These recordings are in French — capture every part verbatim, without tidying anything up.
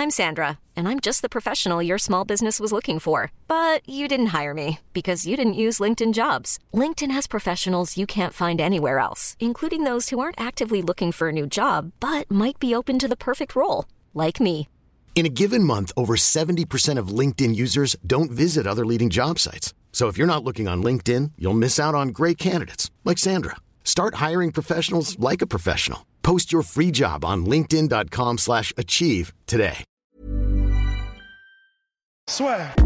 I'm Sandra, and I'm just the professional your small business was looking for. But you didn't hire me because you didn't use LinkedIn Jobs. LinkedIn has professionals you can't find anywhere else, including those who aren't actively looking for a new job, but might be open to the perfect role, like me. In a given month, over seventy percent of LinkedIn users don't visit other leading job sites. So if you're not looking on LinkedIn, you'll miss out on great candidates like Sandra. Start hiring professionals like a professional. Post your free job on linkedin.com slash achieve today. Soit.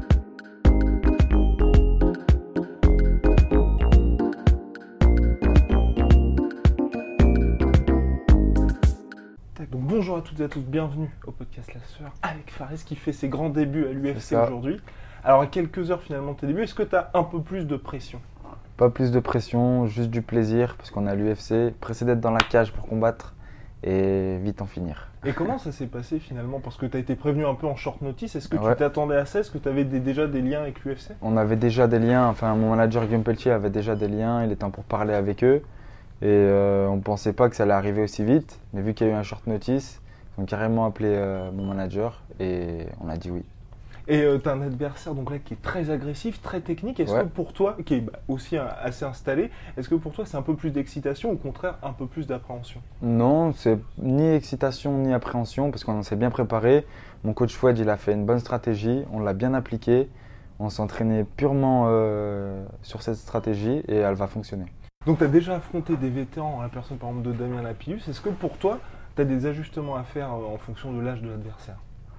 Donc bonjour à toutes et à tous, bienvenue au podcast La Sueur avec Fares qui fait ses grands débuts à l'U F C aujourd'hui. Alors à quelques heures finalement de tes débuts, est-ce que tu as un peu plus de pression ? Pas plus de pression, juste du plaisir parce qu'on a l'U F C, pressé d'être dans la cage pour combattre et vite en finir. Et comment ça s'est passé finalement ? Parce que tu as été prévenu un peu en short notice, est-ce que Ouais. tu t'attendais à ça ? Est-ce que tu avais des, déjà des liens avec l'U F C ? On avait déjà des liens, enfin mon manager Guillaume Pelletier avait déjà des liens, il était en pour parler avec eux et euh, on ne pensait pas que ça allait arriver aussi vite, mais vu qu'il y a eu un short notice, ils ont carrément appelé euh, mon manager et on a dit oui. Et euh, tu as un adversaire donc là qui est très agressif, très technique. Est-ce Ouais. que pour toi, qui est bah, aussi euh, assez installé, est-ce que pour toi c'est un peu plus d'excitation ou au contraire un peu plus d'appréhension ? Non, c'est ni excitation ni appréhension parce qu'on s'est bien préparé. Mon coach Fouad, il a fait une bonne stratégie, on l'a bien appliquée. On s'est entraîné purement euh, sur cette stratégie et elle va fonctionner. Donc tu as déjà affronté des vétérans, la personne par exemple de Damien Lapillus. Est-ce que pour toi, tu as des ajustements à faire euh, en fonction de l'âge de l'adversaire ?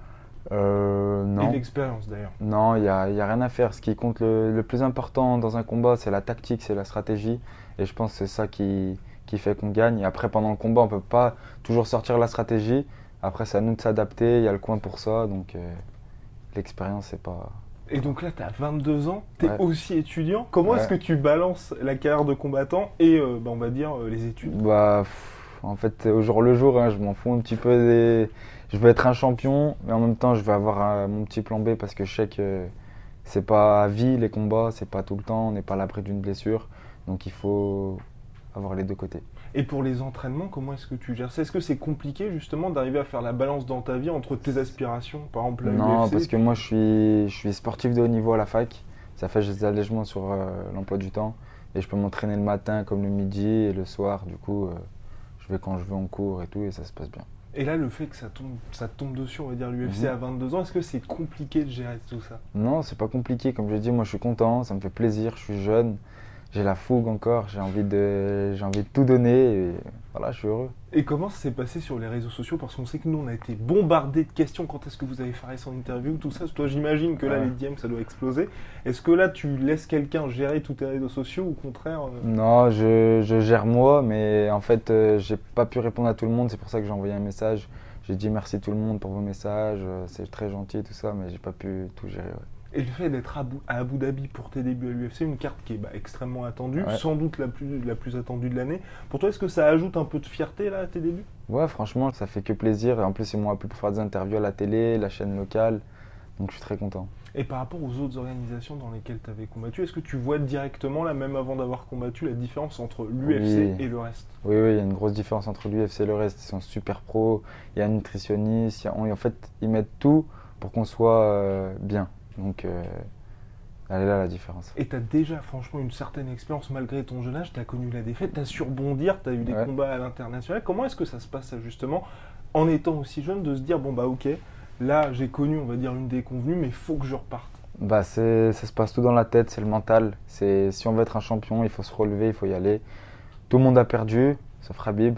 Euh, Et non. de l'expérience d'ailleurs. Non, il n'y a, y a rien à faire. Ce qui compte le, le plus important dans un combat, c'est la tactique, c'est la stratégie. Et je pense que c'est ça qui, qui fait qu'on gagne. Et après, pendant le combat, on ne peut pas toujours sortir la stratégie. Après, c'est à nous de s'adapter. Il y a le coin pour ça. Donc, euh, l'expérience, c'est pas... Et donc là, tu as vingt-deux ans, tu es Ouais. aussi étudiant. Comment Ouais. est-ce que tu balances la carrière de combattant et euh, bah, on va dire euh, les études ? Bah, pff, en fait, au jour le jour, hein, je m'en fous un petit peu des... Je veux être un champion, mais en même temps, je veux avoir un- mon petit plan B parce que je sais que c'est pas à vie les combats, c'est pas tout le temps, on n'est pas à l'abri d'une blessure. Donc il faut avoir les deux côtés. Et pour les entraînements, comment est-ce que tu gères ça ? Est-ce que c'est compliqué justement d'arriver à faire la balance dans ta vie entre tes aspirations, par exemple la Non, U F C, parce que moi je suis, je suis sportif de haut niveau à la fac. Ça fait des allègements sur euh, l'emploi du temps. Et je peux m'entraîner le matin comme le midi et le soir. Du coup, euh, je vais quand je veux en cours et tout et ça se passe bien. Et là, le fait que ça tombe, ça tombe dessus, on va dire l'U F C Mhm. à vingt-deux ans, est-ce que c'est compliqué de gérer tout ça ? Non, c'est pas compliqué. Comme je l'ai dit, moi je suis content, ça me fait plaisir, je suis jeune. J'ai la fougue encore, j'ai envie de, j'ai envie de tout donner et voilà, je suis heureux. Et comment ça s'est passé sur les réseaux sociaux ? Parce qu'on sait que nous, on a été bombardés de questions. Quand est-ce que vous avez fait son interview, tout ça ? Toi, j'imagine que là, Ouais. les D M, ça doit exploser. Est-ce que là, tu laisses quelqu'un gérer tous tes réseaux sociaux ou au contraire euh, Non, je, je gère moi, mais en fait, euh, j'ai pas pu répondre à tout le monde. C'est pour ça que j'ai envoyé un message. J'ai dit merci tout le monde pour vos messages, euh, c'est très gentil et tout ça, mais j'ai pas pu tout gérer. Ouais. Et le fait d'être à Abu, à Abu Dhabi pour tes débuts à l'U F C, une carte qui est bah, extrêmement attendue, Ouais. sans doute la plus, la plus attendue de l'année. Pour toi, est-ce que ça ajoute un peu de fierté là à tes débuts ? Ouais, franchement, ça fait que plaisir. Et en plus, ils m'ont appelé pour faire des interviews à la télé, la chaîne locale, donc je suis très content. Et par rapport aux autres organisations dans lesquelles tu avais combattu, est-ce que tu vois directement, là, même avant d'avoir combattu, la différence entre l'U F C Oui. et le reste ? Oui, oui, il y a une grosse différence entre l'U F C et le reste. Ils sont super pros, il y a un nutritionniste, il y a- en fait, ils mettent tout pour qu'on soit euh, bien. Donc, euh, elle est là la différence. Et tu as déjà franchement une certaine expérience malgré ton jeune âge, tu as connu la défaite, tu as su rebondir, tu as eu des Ouais. combats à l'international. Comment est-ce que ça se passe ça, justement, en étant aussi jeune, de se dire, bon bah ok, là j'ai connu, on va dire, une déconvenue, mais il faut que je reparte ? Bah, c'est, ça se passe tout dans la tête, c'est le mental. C'est, si on veut être un champion, il faut se relever, il faut y aller. Tout le monde a perdu, sauf Khabib.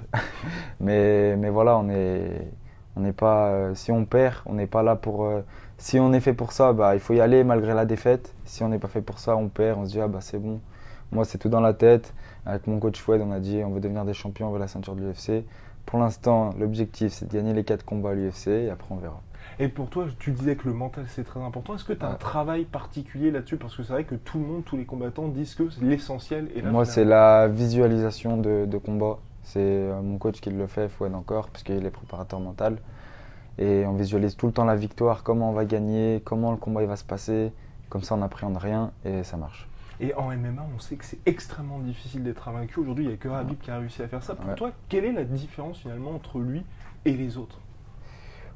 mais, mais voilà, on est, on n'est pas, euh, si on perd, on n'est pas là pour... euh, si on est fait pour ça, bah, il faut y aller malgré la défaite. Si on n'est pas fait pour ça, on perd, on se dit ah bah c'est bon. Moi c'est tout dans la tête. Avec mon coach Fouad, on a dit on veut devenir des champions, on veut la ceinture de l'U F C. Pour l'instant, l'objectif c'est de gagner les quatre combats à l'U F C et après on verra. Et pour toi, tu disais que le mental c'est très important. Est-ce que tu as un Ouais. travail particulier là-dessus ? Parce que c'est vrai que tout le monde, tous les combattants disent que c'est l'essentiel est la Moi finale. c'est la visualisation de, de combat. C'est euh, mon coach qui le fait, Fouad encore, parce qu'il est préparateur mental. Et on visualise tout le temps la victoire, comment on va gagner, comment le combat il va se passer. Comme ça on n'appréhende rien et ça marche. Et en M M A, on sait que c'est extrêmement difficile d'être invaincu. Aujourd'hui, il n'y a que Khabib qui a réussi à faire ça. Pour Ouais. toi, quelle est la différence finalement entre lui et les autres ?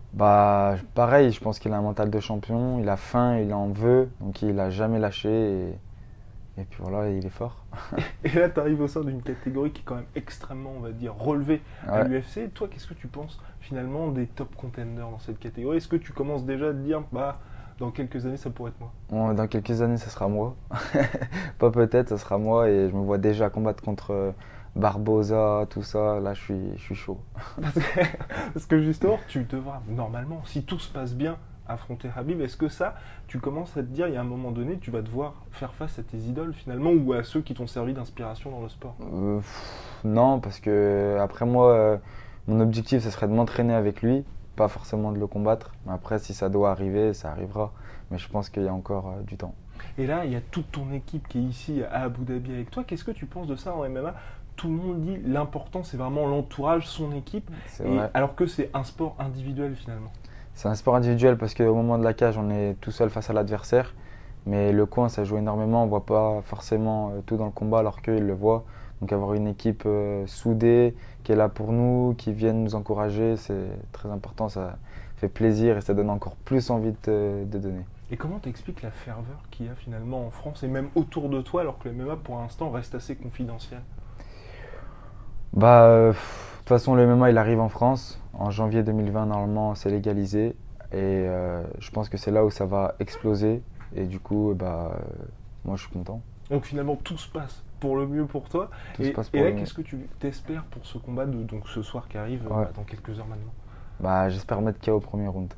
Bah, pareil, je pense qu'il a un mental de champion, il a faim, il en veut, donc il a jamais lâché et, et puis voilà, il est fort. Et là, tu arrives au sein d'une catégorie qui est quand même extrêmement, on va dire, relevée à Ouais. l'U F C. Toi, qu'est-ce que tu penses finalement des top contenders dans cette catégorie? Est-ce que tu commences déjà à te dire, bah, dans quelques années, ça pourrait être moi? Bon, dans quelques années, ça sera moi. Pas peut-être, ça sera moi et je me vois déjà combattre contre euh, Barboza, tout ça. Là, je suis, je suis chaud. Parce que, parce que justement, tu devras, normalement, si tout se passe bien, affronter Khabib. Est-ce que ça, tu commences à te dire, il y a un moment donné, tu vas devoir faire face à tes idoles finalement, ou à ceux qui t'ont servi d'inspiration dans le sport? Euh, pff, non, parce que après moi, euh, mon objectif, ce serait de m'entraîner avec lui, pas forcément de le combattre. Mais après, si ça doit arriver, ça arrivera. Mais je pense qu'il y a encore euh, du temps. Et là, il y a toute ton équipe qui est ici à Abu Dhabi avec toi. Qu'est-ce que tu penses de ça en M M A? Tout le monde dit l'important, c'est vraiment l'entourage, son équipe, C'est et, vrai. alors que c'est un sport individuel finalement. C'est un sport individuel parce qu'au moment de la cage, on est tout seul face à l'adversaire. Mais le coin, ça joue énormément. On ne voit pas forcément euh, tout dans le combat alors qu'ils le voient. Donc avoir une équipe euh, soudée, qui est là pour nous, qui vienne nous encourager, c'est très important. Ça fait plaisir et ça donne encore plus envie de, de donner. Et comment t'expliques la ferveur qu'il y a finalement en France et même autour de toi alors que le M M A pour l'instant reste assez confidentiel? Bah, euh, pff, de toute façon, le M M A, il arrive en France. En janvier deux mille vingt, normalement, c'est légalisé. Et euh, je pense que c'est là où ça va exploser. Et du coup, bah, euh, moi, je suis content. Donc finalement tout se passe pour le mieux pour toi. Tout et se passe et pour là, le mieux. qu'est-ce que tu t'espères pour ce combat de donc ce soir qui arrive euh, Ouais. bah, dans quelques heures maintenant? Bah, j'espère mettre K O au premier round.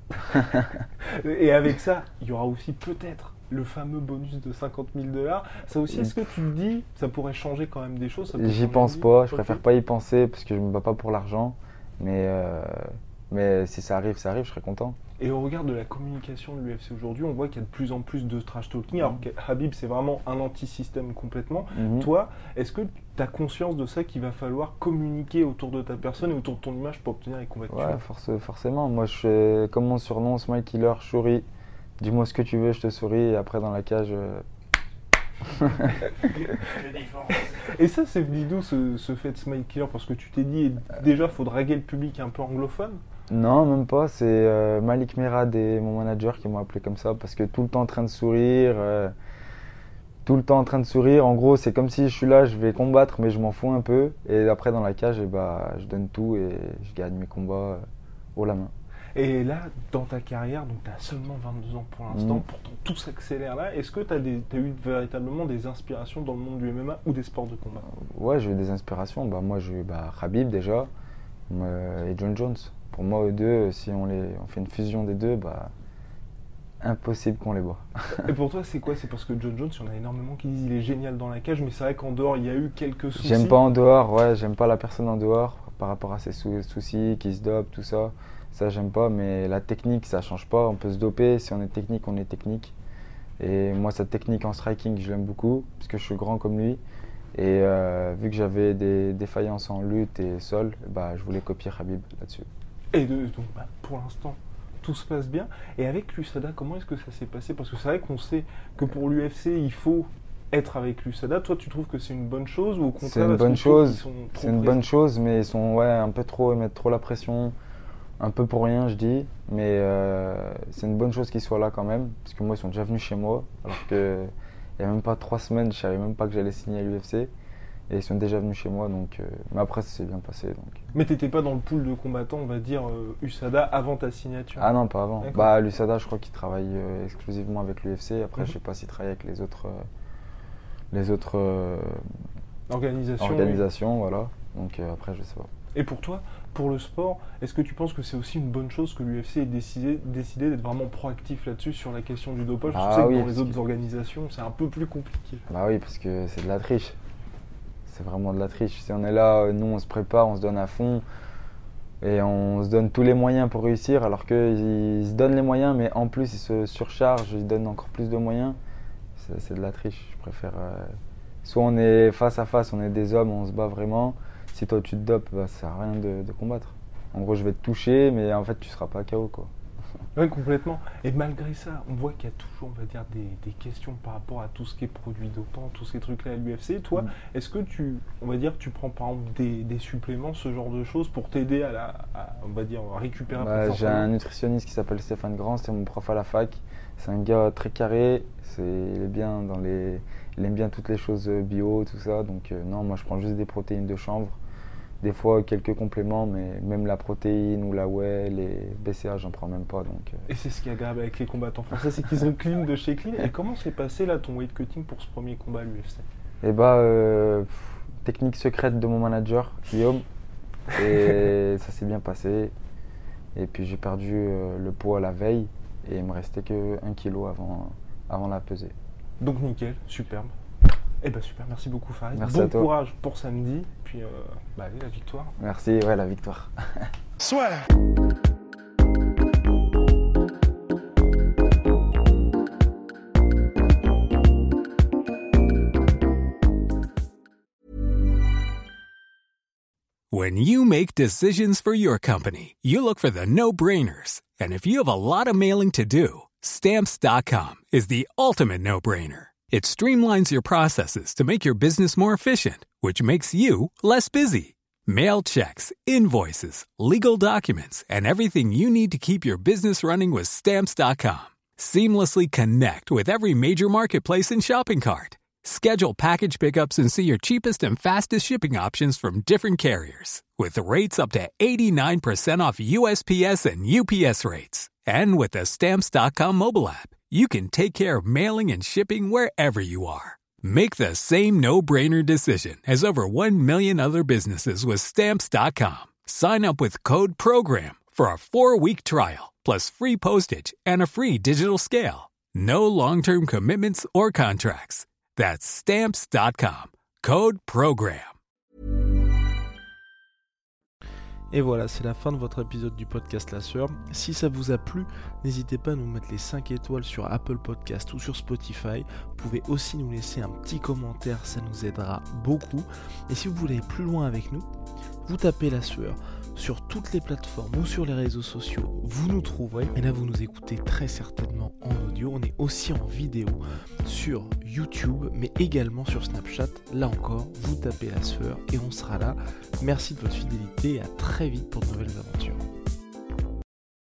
Et avec ça, il y aura aussi peut-être le fameux bonus de cinquante mille dollars. Ça aussi, est-ce que tu te dis, ça pourrait changer quand même des choses? Ça peut J'y changer pense une vie? pas, je Ok. préfère pas y penser parce que je me bats pas pour l'argent. Mais, euh, mais si ça arrive, ça arrive, je serai content. Et au regard de la communication de l'U F C aujourd'hui, on voit qu'il y a de plus en plus de trash talking. Alors que Khabib, c'est vraiment un anti-système complètement. Mhm. Toi, est-ce que tu as conscience de ça, qu'il va falloir communiquer autour de ta personne et autour de ton image pour obtenir les combats que tu Ouais, veux? force- forcément. Moi, je fais comme mon surnom, Smile Killer, je souris. Dis-moi ce que tu veux, je te souris. Et après, dans la cage, euh, Et ça, c'est venu d'où ce, ce fait de Smile Killer? Parce que tu t'es dit, déjà, faut draguer le public un peu anglophone. non, même pas. C'est euh, Malik Merad et mon manager qui m'ont appelé comme ça parce que tout le temps en train de sourire. euh, tout le temps en train de sourire. En gros, c'est comme si je suis là, je vais combattre, mais je m'en fous un peu. Et après, dans la cage, eh bah, je donne tout et je gagne mes combats euh, haut la main. Et là, dans ta carrière, donc tu as seulement vingt-deux ans pour l'instant, Mhm. pourtant tout s'accélère là. Est-ce que tu as eu véritablement des inspirations dans le monde du M M A ou des sports de combat? Ouais, j'ai eu des inspirations. Bah, moi, j'ai eu bah, Khabib déjà euh, et John Jones. Pour moi, eux deux, si on, les, on fait une fusion des deux, bah, impossible qu'on les voit. Et pour toi, c'est quoi? C'est parce que John Jones, il y en a énormément qui disent il est génial dans la cage, mais c'est vrai qu'en dehors, il y a eu quelques soucis. J'aime pas en dehors, ouais, j'aime pas la personne en dehors par rapport à ses sou- soucis, qui se dope, tout ça. Ça, j'aime pas, mais la technique, ça change pas. On peut se doper, si on est technique, on est technique. Et moi, cette technique en striking, je l'aime beaucoup, parce que je suis grand comme lui. Et euh, vu que j'avais des défaillances en lutte et sol, bah, je voulais copier Khabib là-dessus. Et de- donc, bah, pour l'instant, tout se passe bien. Et avec l'U S A D A, comment est-ce que ça s'est passé? Parce que c'est vrai qu'on sait que pour l'U F C, il faut être avec l'U S A D A. Toi, tu trouves que c'est une bonne chose ou au contraire, C'est une est-ce que bonne tu trouves qu'ils chose, sont trop c'est une présents? bonne chose, mais ils sont ouais, un peu trop, ils mettent trop la pression, un peu pour rien, je dis. Mais euh, c'est une bonne chose qu'ils soient là quand même, parce que moi, ils sont déjà venus chez moi, alors que il n'y a même pas trois semaines, je savais même pas que j'allais signer à l'U F C. Et ils sont déjà venus chez moi, donc. euh, mais après, ça s'est bien passé. Donc. Mais t'étais pas dans le pool de combattants, on va dire, euh, U S A D A avant ta signature? Ah non, pas avant. D'accord. Bah, l'U S A D A, je crois qu'il travaille euh, exclusivement avec l'U F C. Après, Mhm. je sais pas s'il travaille avec les autres, euh, les autres euh, Organisation. oui. organisations, voilà. Donc euh, après, je sais pas. Et pour toi, pour le sport, est-ce que tu penses que c'est aussi une bonne chose que l'U F C ait décidé, décidé d'être vraiment proactif là-dessus sur la question du dopage? Parce que Ah je sais que oui, dans les parce autres que- organisations, c'est un peu plus compliqué. Bah oui, parce que c'est de la triche. C'est vraiment de la triche. Si on est là, euh, nous, on se prépare, on se donne à fond. Et on se donne tous les moyens pour réussir, alors qu'ils ils se donnent les moyens, mais en plus, ils se surchargent, ils donnent encore plus de moyens. C'est c'est de la triche. Je préfère. euh, Soit on est face à face, on est des hommes, on se bat vraiment. Si toi tu te dopes, bah, ça sert à rien de, de combattre. En gros, je vais te toucher, mais en fait, tu seras pas K O, quoi. Oui, complètement. Et malgré ça, on voit qu'il y a toujours, on va dire, des, des questions par rapport à tout ce qui est produit dopant, tous ces trucs-là à l'U F C. Toi, mm. est-ce que tu, on va dire, tu prends par exemple des, des suppléments, ce genre de choses, pour t'aider à, la, à on va dire, à récupérer bah, un peu? J'ai un nutritionniste qui s'appelle Stéphane Grand, c'est mon prof à la fac. C'est un gars très carré, c'est, il est bien dans les, il aime bien toutes les choses bio, tout ça. Donc euh, non, moi je prends juste des protéines de chanvre. Des fois quelques compléments, mais même la protéine ou la whey, les B C A, j'en prends même pas. Donc, euh... Et c'est ce qui est agréable avec les combattants français, c'est qu'ils ont clean de chez clean. Et comment s'est passé là ton weight cutting pour ce premier combat à l'U F C? Eh bah, euh, technique secrète de mon manager, Guillaume. Et ça s'est bien passé. Et puis j'ai perdu euh, le poids la veille et il me restait que un kilo avant, avant la pesée. Donc nickel, superbe. Eh ben super, merci beaucoup Farid. Merci bon à toi. Courage pour samedi, puis euh, bah allez, la victoire. Merci, ouais, la victoire. Soit. When you make decisions for your company, you look for the no-brainers. And if you have a lot of mailing to do, Stamps dot com is the ultimate no-brainer. It streamlines your processes to make your business more efficient, which makes you less busy. Mail checks, invoices, legal documents, and everything you need to keep your business running with Stamps dot com. Seamlessly connect with every major marketplace and shopping cart. Schedule package pickups and see your cheapest and fastest shipping options from different carriers. With rates up to eighty-nine percent off U S P S and U P S rates. And with the Stamps dot com mobile app, you can take care of mailing and shipping wherever you are. Make the same no-brainer decision as over one million other businesses with Stamps dot com. Sign up with code PROGRAM for a four-week trial, plus free postage and a free digital scale. No long-term commitments or contracts. That's Stamps dot com. Code PROGRAM. Et voilà, c'est la fin de votre épisode du podcast La Sueur. Si ça vous a plu, n'hésitez pas à nous mettre les cinq étoiles sur Apple Podcast ou sur Spotify. Vous pouvez aussi nous laisser un petit commentaire, ça nous aidera beaucoup. Et si vous voulez aller plus loin avec nous, vous tapez La Sueur sur toutes les plateformes ou sur les réseaux sociaux, vous nous trouverez. Et là, vous nous écoutez très certainement en audio. On est aussi en vidéo sur YouTube, mais également sur Snapchat. Là encore, vous tapez La Sueur et on sera là. Merci de votre fidélité et à très vite pour de nouvelles aventures.